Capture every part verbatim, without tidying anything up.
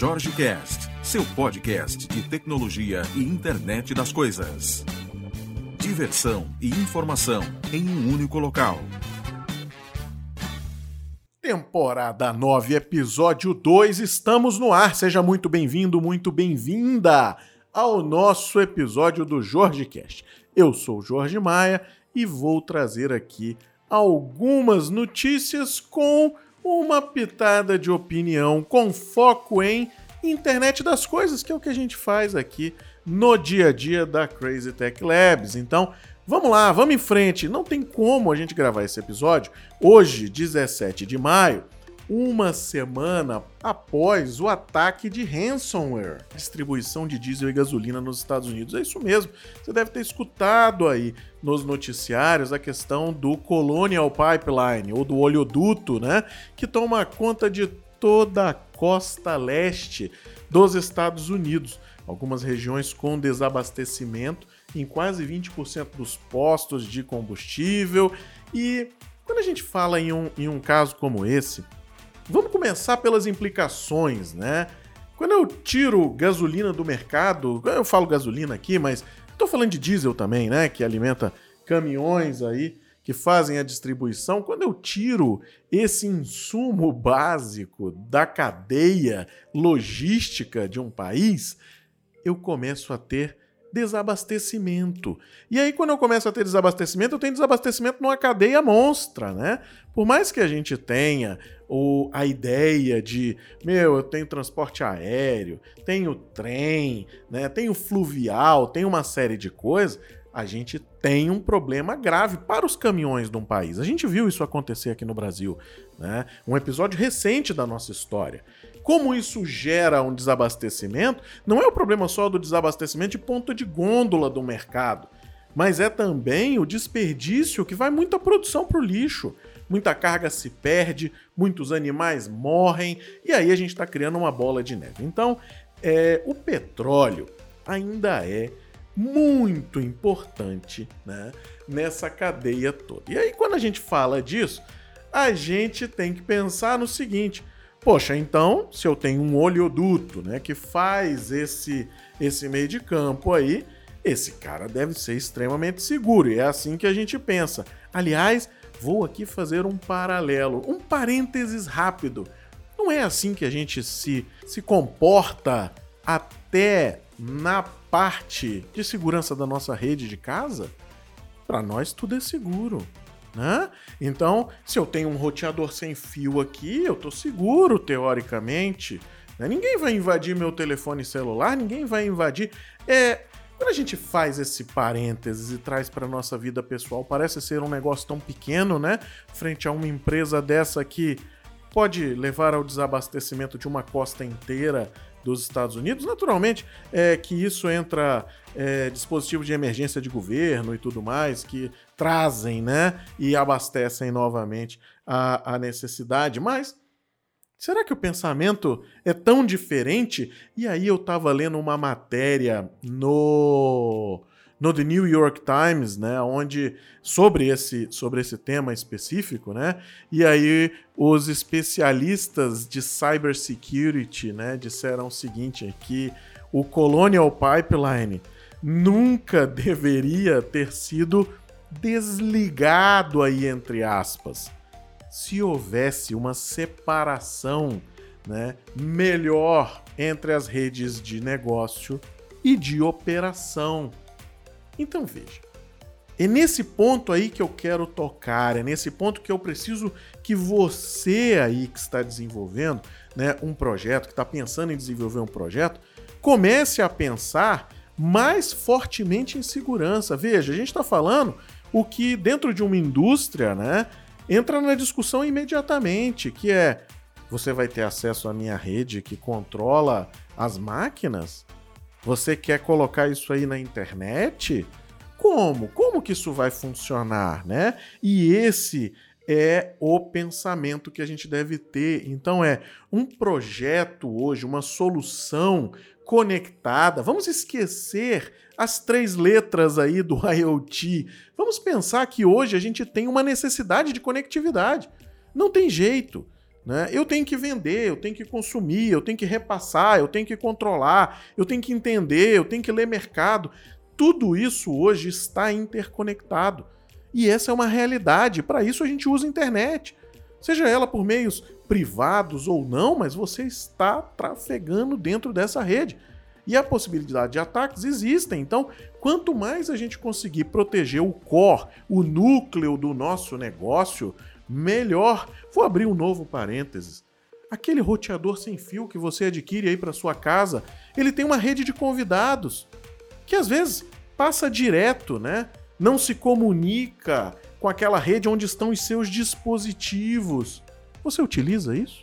Jorge Cast, seu podcast de tecnologia e internet das coisas. Diversão e informação em um único local. Temporada nove, episódio dois, estamos no ar. Seja muito bem-vindo, muito bem-vinda ao nosso episódio do Jorge Cast. Eu sou o Jorge Maia e vou trazer aqui algumas notícias com uma pitada de opinião, com foco em internet das coisas, que é o que a gente faz aqui no dia a dia da Crazy Tech Labs. Então, vamos lá, vamos em frente. Não tem como a gente gravar esse episódio hoje, dezessete de maio, uma semana após o ataque de ransomware, distribuição de diesel e gasolina nos Estados Unidos. É isso mesmo, você deve ter escutado aí nos noticiários a questão do Colonial Pipeline, ou do oleoduto, né, que toma conta de toda a costa leste dos Estados Unidos. Algumas regiões com desabastecimento em quase vinte por cento dos postos de combustível. E quando a gente fala em um, em um caso como esse, vamos começar pelas implicações, né? Quando eu tiro gasolina do mercado, eu falo gasolina aqui, mas estou falando de diesel também, né? Que alimenta caminhões aí que fazem a distribuição. Quando eu tiro esse insumo básico da cadeia logística de um país, eu começo a ter desabastecimento. E aí, quando eu começo a ter desabastecimento, eu tenho desabastecimento numa cadeia monstra, né? Por mais que a gente tenha o, a ideia de, meu, eu tenho transporte aéreo, tenho trem, né? Tenho fluvial, tenho uma série de coisas, a gente tem um problema grave para os caminhões de um país. A gente viu isso acontecer aqui no Brasil, né? Um episódio recente da nossa história. Como isso gera um desabastecimento, não é o problema só do desabastecimento de ponta de gôndola do mercado, mas é também o desperdício que vai muita produção para o lixo. Muita carga se perde, muitos animais morrem, e aí a gente está criando uma bola de neve. Então, é, o petróleo ainda é muito importante, né, nessa cadeia toda. E aí, quando a gente fala disso, a gente tem que pensar no seguinte: poxa, então, se eu tenho um oleoduto, né, que faz esse, esse meio de campo aí, esse cara deve ser extremamente seguro. E é assim que a gente pensa. Aliás, vou aqui fazer um paralelo, um parênteses rápido. Não é assim que a gente se, se comporta até na parte de segurança da nossa rede de casa? Para nós tudo é seguro, né? Então, se eu tenho um roteador sem fio aqui, eu tô seguro, teoricamente, né? Ninguém vai invadir meu telefone celular, ninguém vai invadir. É, quando a gente faz esse parênteses e traz para nossa vida pessoal, parece ser um negócio tão pequeno, né? Frente a uma empresa dessa que pode levar ao desabastecimento de uma costa inteira dos Estados Unidos. Naturalmente, é que isso entra é, dispositivos de emergência de governo e tudo mais, que trazem, né, e abastecem novamente a, a necessidade. Mas será que o pensamento é tão diferente? E aí eu estava lendo uma matéria no, no The New York Times, né, onde, sobre esse, sobre esse tema específico, né, e aí os especialistas de cybersecurity, né, disseram o seguinte, que o Colonial Pipeline nunca deveria ter sido desligado aí, entre aspas, se houvesse uma separação, né, melhor entre as redes de negócio e de operação. Então veja, é nesse ponto aí que eu quero tocar, é nesse ponto que eu preciso que você aí que está desenvolvendo, né, um projeto, que está pensando em desenvolver um projeto, comece a pensar mais fortemente em segurança. Veja, a gente está falando o que dentro de uma indústria, né, entra na discussão imediatamente, que é: você vai ter acesso à minha rede que controla as máquinas? Você quer colocar isso aí na internet? Como? Como que isso vai funcionar, né? E esse é o pensamento que a gente deve ter. Então é um projeto hoje, uma solução conectada. Vamos esquecer as três letras aí do IoT. Vamos pensar que hoje a gente tem uma necessidade de conectividade. Não tem jeito. né? Eu tenho que vender, eu tenho que consumir, eu tenho que repassar, eu tenho que controlar, eu tenho que entender, eu tenho que ler mercado. Tudo isso hoje está interconectado. E essa é uma realidade. Para isso a gente usa a internet. Seja ela por meios privados ou não, mas você está trafegando dentro dessa rede. E a possibilidade de ataques existem. Então, quanto mais a gente conseguir proteger o core, o núcleo do nosso negócio, melhor. Vou abrir um novo parênteses. Aquele roteador sem fio que você adquire aí para sua casa, ele tem uma rede de convidados que às vezes passa direto, né? Não se comunica com aquela rede onde estão os seus dispositivos. Você utiliza isso?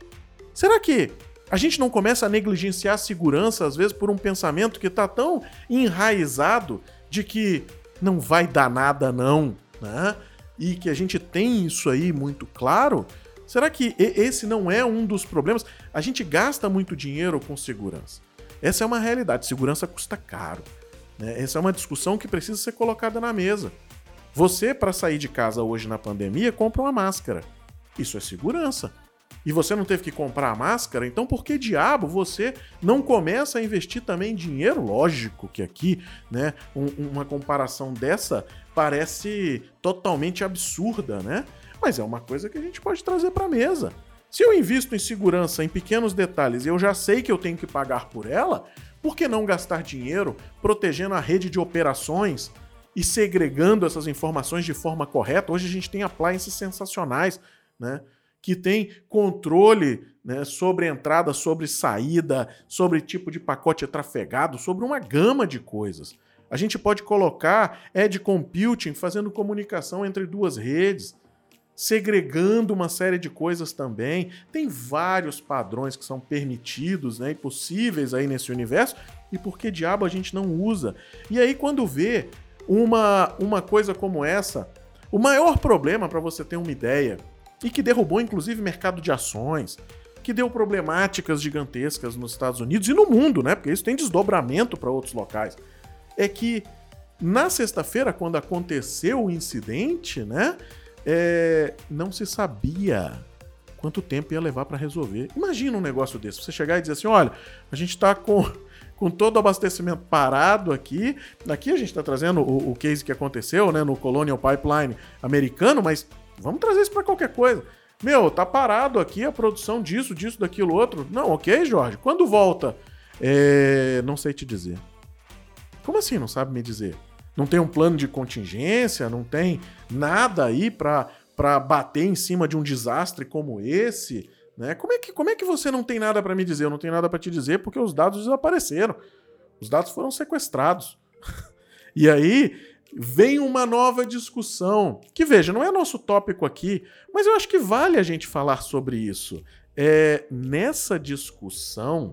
Será que a gente não começa a negligenciar a segurança, às vezes, por um pensamento que está tão enraizado de que não vai dar nada não, né? E que a gente tem isso aí muito claro? Será que esse não é um dos problemas? A gente gasta muito dinheiro com segurança. Essa é uma realidade. Segurança custa caro, né? Essa é uma discussão que precisa ser colocada na mesa. Você, para sair de casa hoje na pandemia, compra uma máscara. Isso é segurança. E você não teve que comprar a máscara, então por que diabo você não começa a investir também dinheiro? Lógico que aqui, né, um, uma comparação dessa parece totalmente absurda, né? Mas é uma coisa que a gente pode trazer para a mesa. Se eu invisto em segurança, em pequenos detalhes, e eu já sei que eu tenho que pagar por ela, por que não gastar dinheiro protegendo a rede de operações e segregando essas informações de forma correta? Hoje a gente tem appliances sensacionais, né, que tem controle, né, sobre entrada, sobre saída, sobre tipo de pacote trafegado, sobre uma gama de coisas. A gente pode colocar edge computing fazendo comunicação entre duas redes, segregando uma série de coisas também. Tem vários padrões que são permitidos, né, e possíveis aí nesse universo, e por que diabo a gente não usa? E aí quando vê uma, uma coisa como essa, o maior problema, para você ter uma ideia, e que derrubou inclusive mercado de ações, que deu problemáticas gigantescas nos Estados Unidos e no mundo, né? Porque isso tem desdobramento para outros locais. É que na sexta-feira, quando aconteceu o incidente, né? É, não se sabia quanto tempo ia levar para resolver. Imagina um negócio desse, você chegar e dizer assim, olha, a gente está com, com todo o abastecimento parado aqui, aqui a gente está trazendo o, o case que aconteceu, né, no Colonial Pipeline americano, mas vamos trazer isso para qualquer coisa. Meu, tá parado aqui a produção disso, disso, daquilo, outro. Não, ok, Jorge. Quando volta? É... Não sei te dizer. Como assim não sabe me dizer? Não tem um plano de contingência? Não tem nada aí para para bater em cima de um desastre como esse? Né? Como é que, como é que você não tem nada para me dizer? Eu não tenho nada para te dizer porque os dados desapareceram. Os dados foram sequestrados. E aí vem uma nova discussão, que veja, não é nosso tópico aqui, mas eu acho que vale a gente falar sobre isso. É, nessa discussão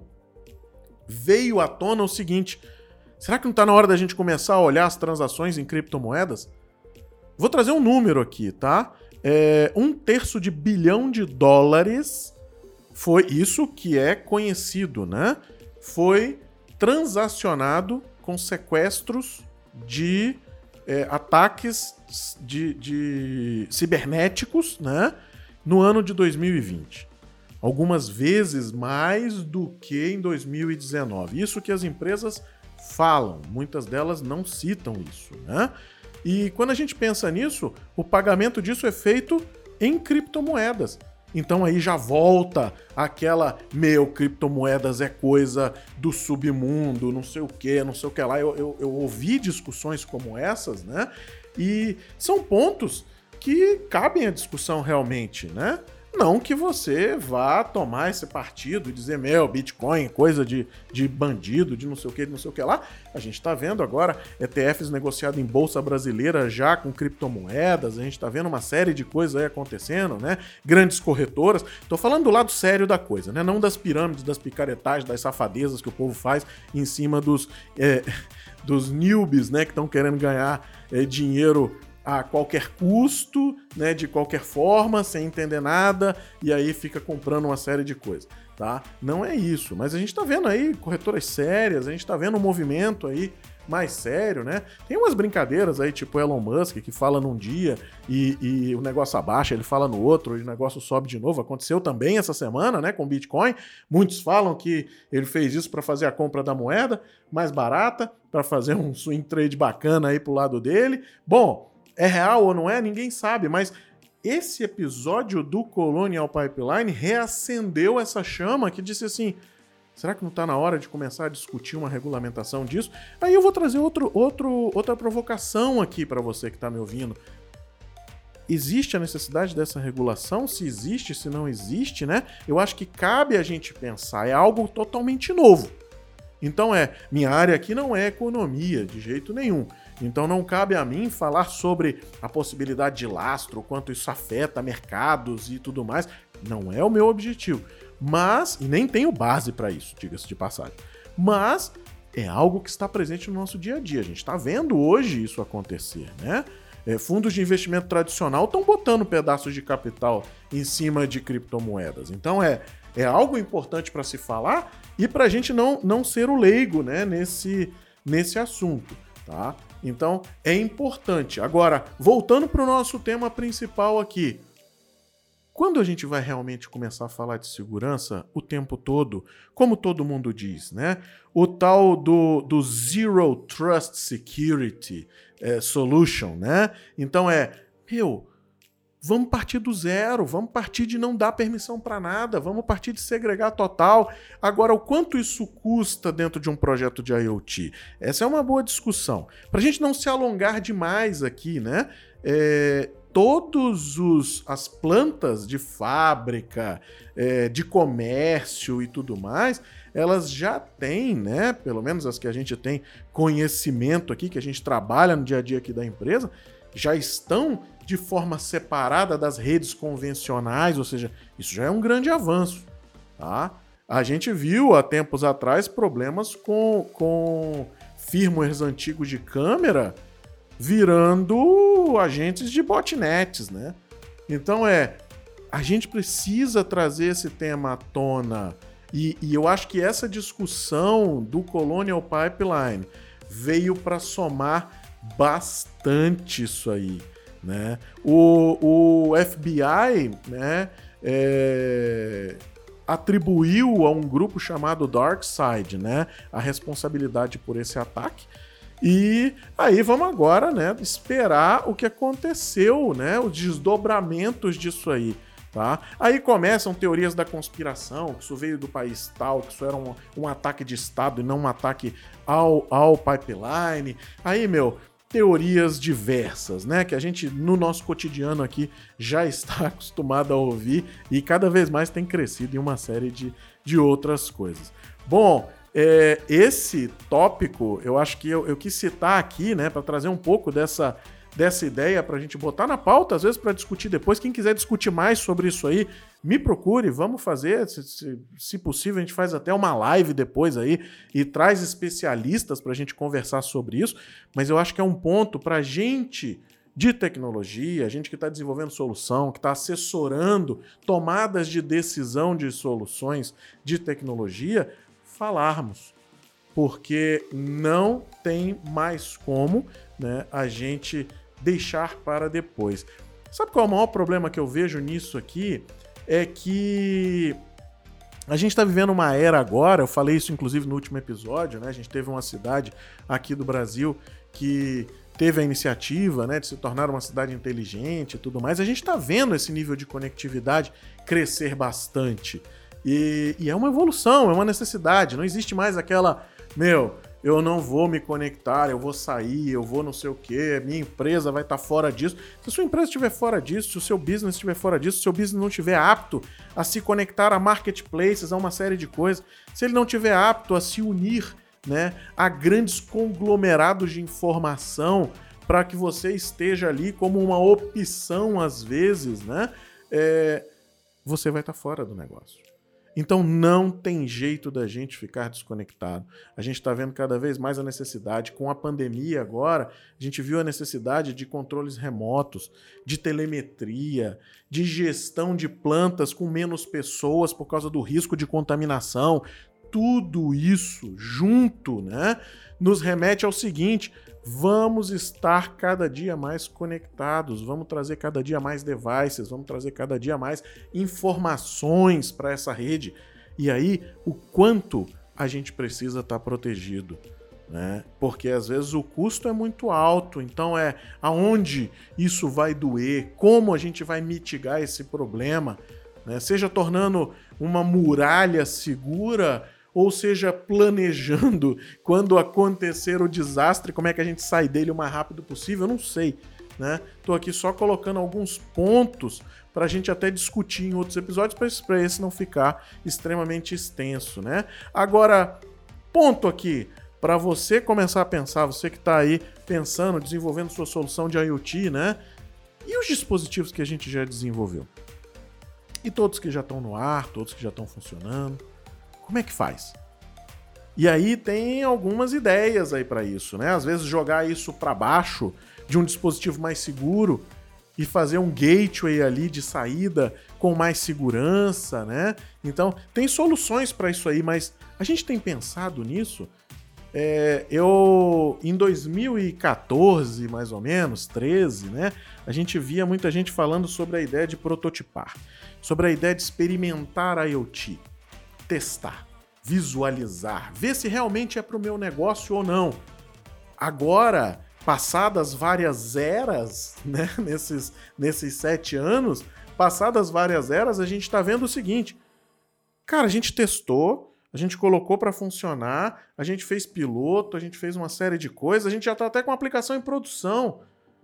veio à tona o seguinte, será que não está na hora da gente começar a olhar as transações em criptomoedas? Vou trazer um número aqui, tá? É, um terço de bilhão de dólares foi isso que é conhecido, né? Foi transacionado com sequestros de É, ataques de, de cibernéticos, né, no ano de dois mil e vinte. Algumas vezes mais do que em dois mil e dezenove. Isso que as empresas falam, muitas delas não citam isso, né? E quando a gente pensa nisso, o pagamento disso é feito em criptomoedas. Então aí já volta aquela, meu, criptomoedas é coisa do submundo, não sei o que, não sei o que lá. Eu, eu, eu ouvi discussões como essas, né? E são pontos que cabem à discussão realmente, né? Não que você vá tomar esse partido e dizer, meu, Bitcoin, coisa de, de bandido, de não sei o que, de não sei o que lá. A gente está vendo agora E T Fs negociados em bolsa brasileira já com criptomoedas, a gente está vendo uma série de coisas aí acontecendo, né? Grandes corretoras. Estou falando do lado sério da coisa, né? Não das pirâmides, das picaretagens, das safadezas que o povo faz em cima dos, é, dos newbies, né? Que estão querendo ganhar é, dinheiro a qualquer custo, né, de qualquer forma, sem entender nada, e aí fica comprando uma série de coisas, tá? Não é isso, mas a gente tá vendo aí corretoras sérias, a gente tá vendo um movimento aí mais sério, né? Tem umas brincadeiras aí, tipo Elon Musk, que fala num dia e, e o negócio abaixa, ele fala no outro e o negócio sobe de novo. Aconteceu também essa semana, né, com o Bitcoin. Muitos falam que ele fez isso para fazer a compra da moeda mais barata, para fazer um swing trade bacana aí pro lado dele. Bom, é real ou não é? Ninguém sabe, mas esse episódio do Colonial Pipeline reacendeu essa chama que disse assim, será que não está na hora de começar a discutir uma regulamentação disso? Aí eu vou trazer outro, outro, outra provocação aqui para você que está me ouvindo. Existe a necessidade dessa regulação? Se existe, se não existe, né? Eu acho que cabe a gente pensar, é algo totalmente novo. Então é, minha área aqui não é economia, de jeito nenhum. Então não cabe a mim falar sobre a possibilidade de lastro, quanto isso afeta mercados e tudo mais. Não é o meu objetivo. Mas, e nem tenho base para isso, diga-se de passagem. Mas é algo que está presente no nosso dia a dia. A gente está vendo hoje isso acontecer, né? É, fundos de investimento tradicional estão botando pedaços de capital em cima de criptomoedas. Então é, é algo importante para se falar e para a gente não, não ser o leigo, né, nesse, nesse assunto, tá? Então, é importante. Agora, voltando para o nosso tema principal aqui. Quando a gente vai realmente começar a falar de segurança o tempo todo, como todo mundo diz, né? O tal do, do Zero Trust Security é, Solution, né? Então é, meu, vamos partir do zero, vamos partir de não dar permissão para nada, vamos partir de segregar total. Agora, o quanto isso custa dentro de um projeto de IoT? Essa é uma boa discussão. Para a gente não se alongar demais aqui, né? É, todos os as plantas de fábrica, é, de comércio e tudo mais, elas já têm, né? Pelo menos as que a gente tem conhecimento aqui, que a gente trabalha no dia a dia aqui da empresa, já estão de forma separada das redes convencionais, ou seja, isso já é um grande avanço, tá? A gente viu há tempos atrás problemas com, com firmwares antigos de câmera virando agentes de botnets, né? Então é, a gente precisa trazer esse tema à tona e, e eu acho que essa discussão do Colonial Pipeline veio para somar bastante isso aí, né? O, o F B I, né, é, atribuiu a um grupo chamado DarkSide, né, a responsabilidade por esse ataque. E aí vamos agora, né, esperar o que aconteceu, né, os desdobramentos disso aí. Tá? Aí começam teorias da conspiração, que isso veio do país tal, que isso era um, um ataque de Estado e não um ataque ao, ao pipeline. Aí, meu, teorias diversas, né? Que a gente, no nosso cotidiano aqui, já está acostumado a ouvir e cada vez mais tem crescido em uma série de, de outras coisas. Bom, é, esse tópico, eu acho que eu, eu quis citar aqui, né, para trazer um pouco dessa... dessa ideia pra gente botar na pauta, às vezes para discutir depois. Quem quiser discutir mais sobre isso aí, me procure, vamos fazer, se, se, se possível a gente faz até uma live depois aí e traz especialistas pra gente conversar sobre isso, mas eu acho que é um ponto pra gente de tecnologia, a gente que está desenvolvendo solução, que está assessorando tomadas de decisão de soluções de tecnologia, falarmos. Porque não tem mais como, né, a gente deixar para depois. Sabe qual é o maior problema que eu vejo nisso aqui? É que a gente está vivendo uma era agora, eu falei isso inclusive no último episódio, né? A gente teve uma cidade aqui do Brasil que teve a iniciativa, né, de se tornar uma cidade inteligente e tudo mais. A gente está vendo esse nível de conectividade crescer bastante. E, e é uma evolução, é uma necessidade. Não existe mais aquela... Meu, eu não vou me conectar, eu vou sair, eu vou não sei o quê, minha empresa vai estar fora disso. Se a sua empresa estiver fora disso, se o seu business estiver fora disso, se o seu business não estiver apto a se conectar a marketplaces, a uma série de coisas, se ele não estiver apto a se unir, né, a grandes conglomerados de informação para que você esteja ali como uma opção às vezes, né, é, você vai estar fora do negócio. Então não tem jeito da gente ficar desconectado. A gente está vendo cada vez mais a necessidade. Com a pandemia agora, a gente viu a necessidade de controles remotos, de telemetria, de gestão de plantas com menos pessoas por causa do risco de contaminação. tudo isso junto, né, nos remete ao seguinte: vamos estar cada dia mais conectados, vamos trazer cada dia mais devices, vamos trazer cada dia mais informações para essa rede. E aí, o quanto a gente precisa estar protegido, né? Porque às vezes o custo é muito alto, então é aonde isso vai doer, como a gente vai mitigar esse problema, né? Seja tornando uma muralha segura, ou seja, planejando quando acontecer o desastre, como é que a gente sai dele o mais rápido possível, eu não sei, né? Tô aqui só colocando alguns pontos para a gente até discutir em outros episódios, para esse não ficar extremamente extenso, né? Agora, ponto aqui, para você começar a pensar, você que está aí pensando, desenvolvendo sua solução de IoT, né? E os dispositivos que a gente já desenvolveu? E todos que já estão no ar, todos que já estão funcionando? Como é que faz? E aí tem algumas ideias aí para isso, né? Às vezes jogar isso para baixo de um dispositivo mais seguro e fazer um gateway ali de saída com mais segurança, né? Então, tem soluções para isso aí, mas a gente tem pensado nisso? É, eu, em dois mil e quatorze, mais ou menos, treze, né? A gente via muita gente falando sobre a ideia de prototipar, sobre a ideia de experimentar a IoT. Testar, visualizar, ver se realmente é para o meu negócio ou não. Agora, passadas várias eras, né, nesses, nesses sete anos, passadas várias eras, a gente está vendo o seguinte: cara, a gente testou, a gente colocou para funcionar, a gente fez piloto, a gente fez uma série de coisas, a gente já está até com a aplicação em produção.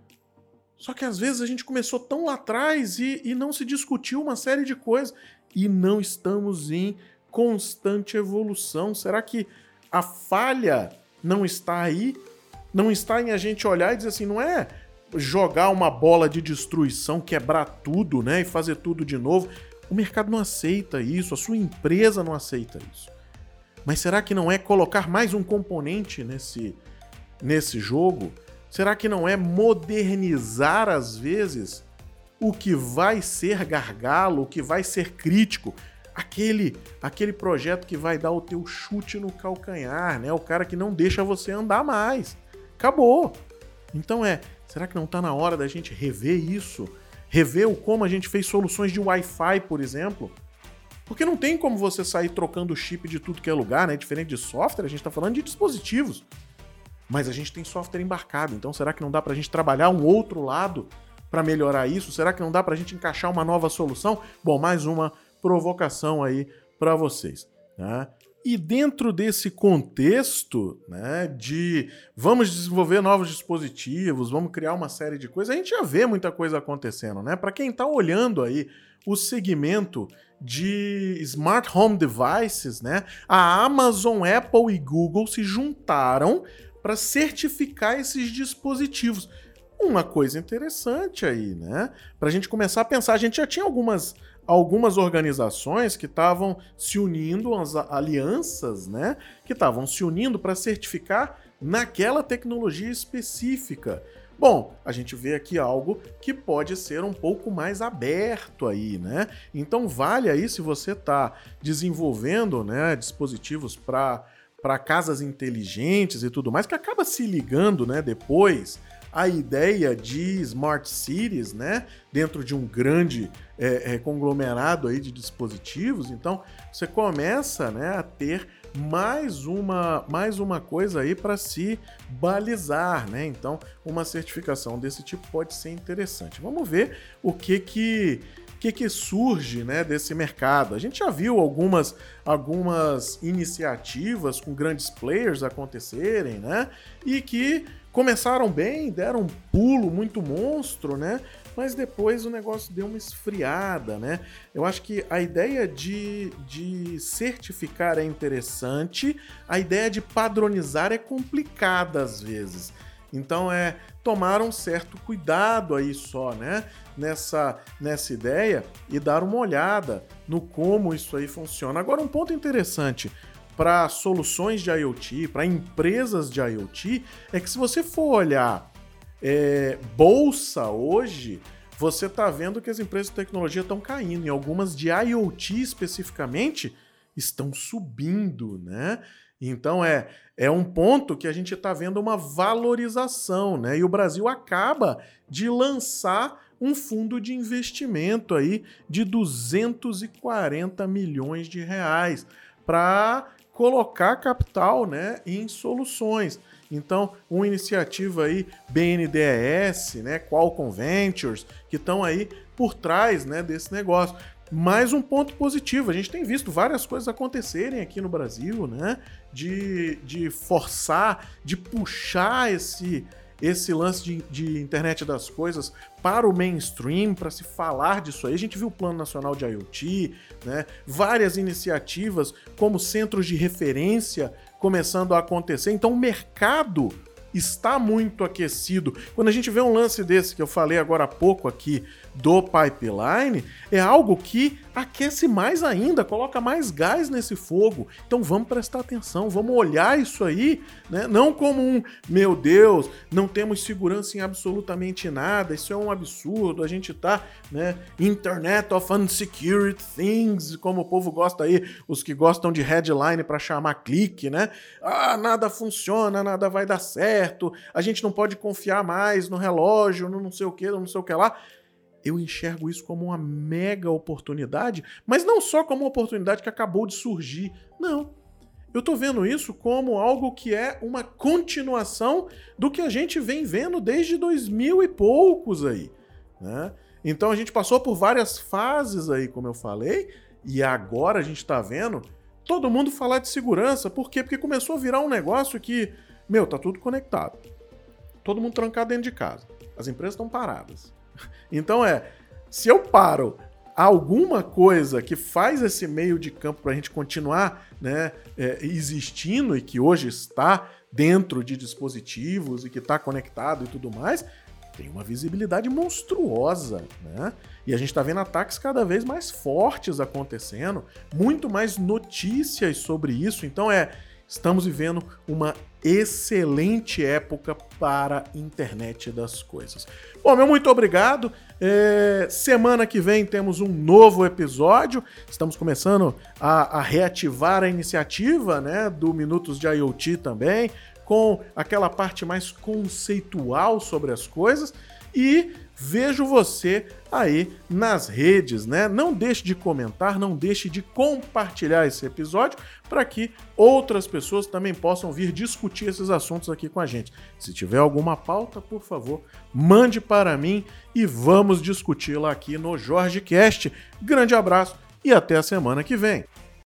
Só que às vezes a gente começou tão lá atrás e, e não se discutiu uma série de coisas e não estamos em constante evolução. Será que a falha não está aí? Não está em a gente olhar e dizer assim, não é jogar uma bola de destruição, quebrar tudo, né, e fazer tudo de novo. O mercado não aceita isso, a sua empresa não aceita isso. Mas será que não é colocar mais um componente nesse, nesse jogo? Será que não é modernizar, às vezes, o que vai ser gargalo, o que vai ser crítico? Aquele, aquele projeto que vai dar o teu chute no calcanhar, né? O cara que não deixa você andar mais. Acabou. Então é, será que não está na hora da gente rever isso? Rever o como a gente fez soluções de Wi-Fi, por exemplo? Porque não tem como você sair trocando chip de tudo que é lugar, né? Diferente de software, a gente está falando de dispositivos. Mas a gente tem software embarcado, então será que não dá para a gente trabalhar um outro lado para melhorar isso? Será que não dá para a gente encaixar uma nova solução? Bom, mais uma provocação aí para vocês, né? E dentro desse contexto, né, de vamos desenvolver novos dispositivos, vamos criar uma série de coisas, a gente já vê muita coisa acontecendo, né? Para quem está olhando aí o segmento de Smart Home Devices, né, a Amazon, Apple e Google se juntaram para certificar esses dispositivos. Uma coisa interessante aí, né? Para a gente começar a pensar, a gente já tinha algumas, algumas organizações que estavam se unindo, as alianças, né? Que estavam se unindo para certificar naquela tecnologia específica. Bom, a gente vê aqui algo que pode ser um pouco mais aberto aí, né? Então vale aí, se você está desenvolvendo, né, dispositivos para para casas inteligentes e tudo mais, que acaba se ligando, né, depois a ideia de Smart Cities, né, dentro de um grande é, é, conglomerado aí de dispositivos. Então você começa, né, a ter mais uma, mais uma coisa aí para se balizar, né? Então uma certificação desse tipo pode ser interessante. Vamos ver o que que que, que surge, né, desse mercado. A gente já viu algumas, algumas iniciativas com grandes players acontecerem, né, e que começaram bem, deram um pulo muito monstro, né, mas depois o negócio deu uma esfriada, né. Eu acho que a ideia de, de certificar é interessante, a ideia de padronizar é complicada às vezes. Então é tomar um certo cuidado aí só, né, nessa, nessa ideia e dar uma olhada no como isso aí funciona. Agora, um ponto interessante para soluções de IoT, para empresas de IoT, é que se você for olhar é, bolsa hoje, você está vendo que as empresas de tecnologia estão caindo. Em algumas de IoT especificamente, estão subindo, né? Então é, é um ponto que a gente está vendo uma valorização, né? E o Brasil acaba de lançar um fundo de investimento aí de duzentos e quarenta milhões de reais para colocar capital, né, em soluções. Então, uma iniciativa aí, B N D E S, né, Qualcomm Ventures, que estão aí por trás, né, desse negócio. Mais um ponto positivo, a gente tem visto várias coisas acontecerem aqui no Brasil, né? De, de forçar, de puxar esse, esse lance de, de internet das coisas para o mainstream, para se falar disso aí. A gente viu o Plano Nacional de IoT, né? Várias iniciativas como centros de referência começando a acontecer. Então o mercado está muito aquecido. Quando a gente vê um lance desse que eu falei agora há pouco aqui do pipeline, é algo que aquece mais ainda, coloca mais gás nesse fogo. Então vamos prestar atenção, vamos olhar isso aí, né? Não como um, meu Deus, não temos segurança em absolutamente nada, isso é um absurdo, a gente tá, né, Internet of Unsecurity Things, como o povo gosta aí, os que gostam de headline para chamar clique, né? Ah, nada funciona, nada vai dar certo, a gente não pode confiar mais no relógio, no não sei o que, não sei o que lá. Eu enxergo isso como uma mega oportunidade, mas não só como uma oportunidade que acabou de surgir. Não. Eu tô vendo isso como algo que é uma continuação do que a gente vem vendo desde dois mil e poucos aí, né? Então a gente passou por várias fases aí, como eu falei, e agora a gente tá vendo todo mundo falar de segurança. Por quê? Porque começou a virar um negócio que, meu, tá tudo conectado. Todo mundo trancado dentro de casa. As empresas estão paradas. Então é, se eu paro alguma coisa que faz esse meio de campo para a gente continuar, né, é, existindo e que hoje está dentro de dispositivos e que está conectado e tudo mais, tem uma visibilidade monstruosa, né? E a gente está vendo ataques cada vez mais fortes acontecendo, muito mais notícias sobre isso. Então é, estamos vivendo uma excelente época para a internet das coisas. Bom, meu muito obrigado. É, semana que vem temos um novo episódio. Estamos começando a, a reativar a iniciativa, né, do Minutos de IoT também, com aquela parte mais conceitual sobre as coisas. E vejo você aí nas redes, né? Não deixe de comentar, não deixe de compartilhar esse episódio para que outras pessoas também possam vir discutir esses assuntos aqui com a gente. Se tiver alguma pauta, por favor, mande para mim e vamos discuti-la aqui no JorgeCast. Grande abraço e até a semana que vem.